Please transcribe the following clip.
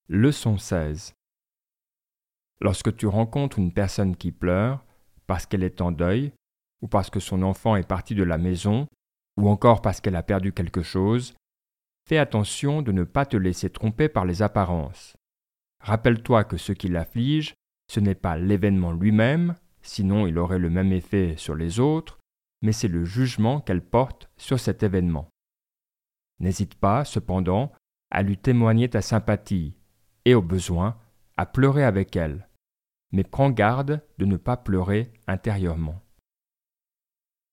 Leçon 16. Lorsque tu rencontres une personne qui pleure parce qu'elle est en deuil, ou parce que son enfant est parti de la maison, ou encore parce qu'elle a perdu quelque chose, fais attention de ne pas te laisser tromper par les apparences. Rappelle-toi que ce qui l'afflige, ce n'est pas l'événement lui-même, sinon il aurait le même effet sur les autres, mais c'est le jugement qu'elle porte sur cet événement. N'hésite pas, cependant, à lui témoigner ta sympathie et, au besoin, à pleurer avec elle. Mais prends garde de ne pas pleurer intérieurement.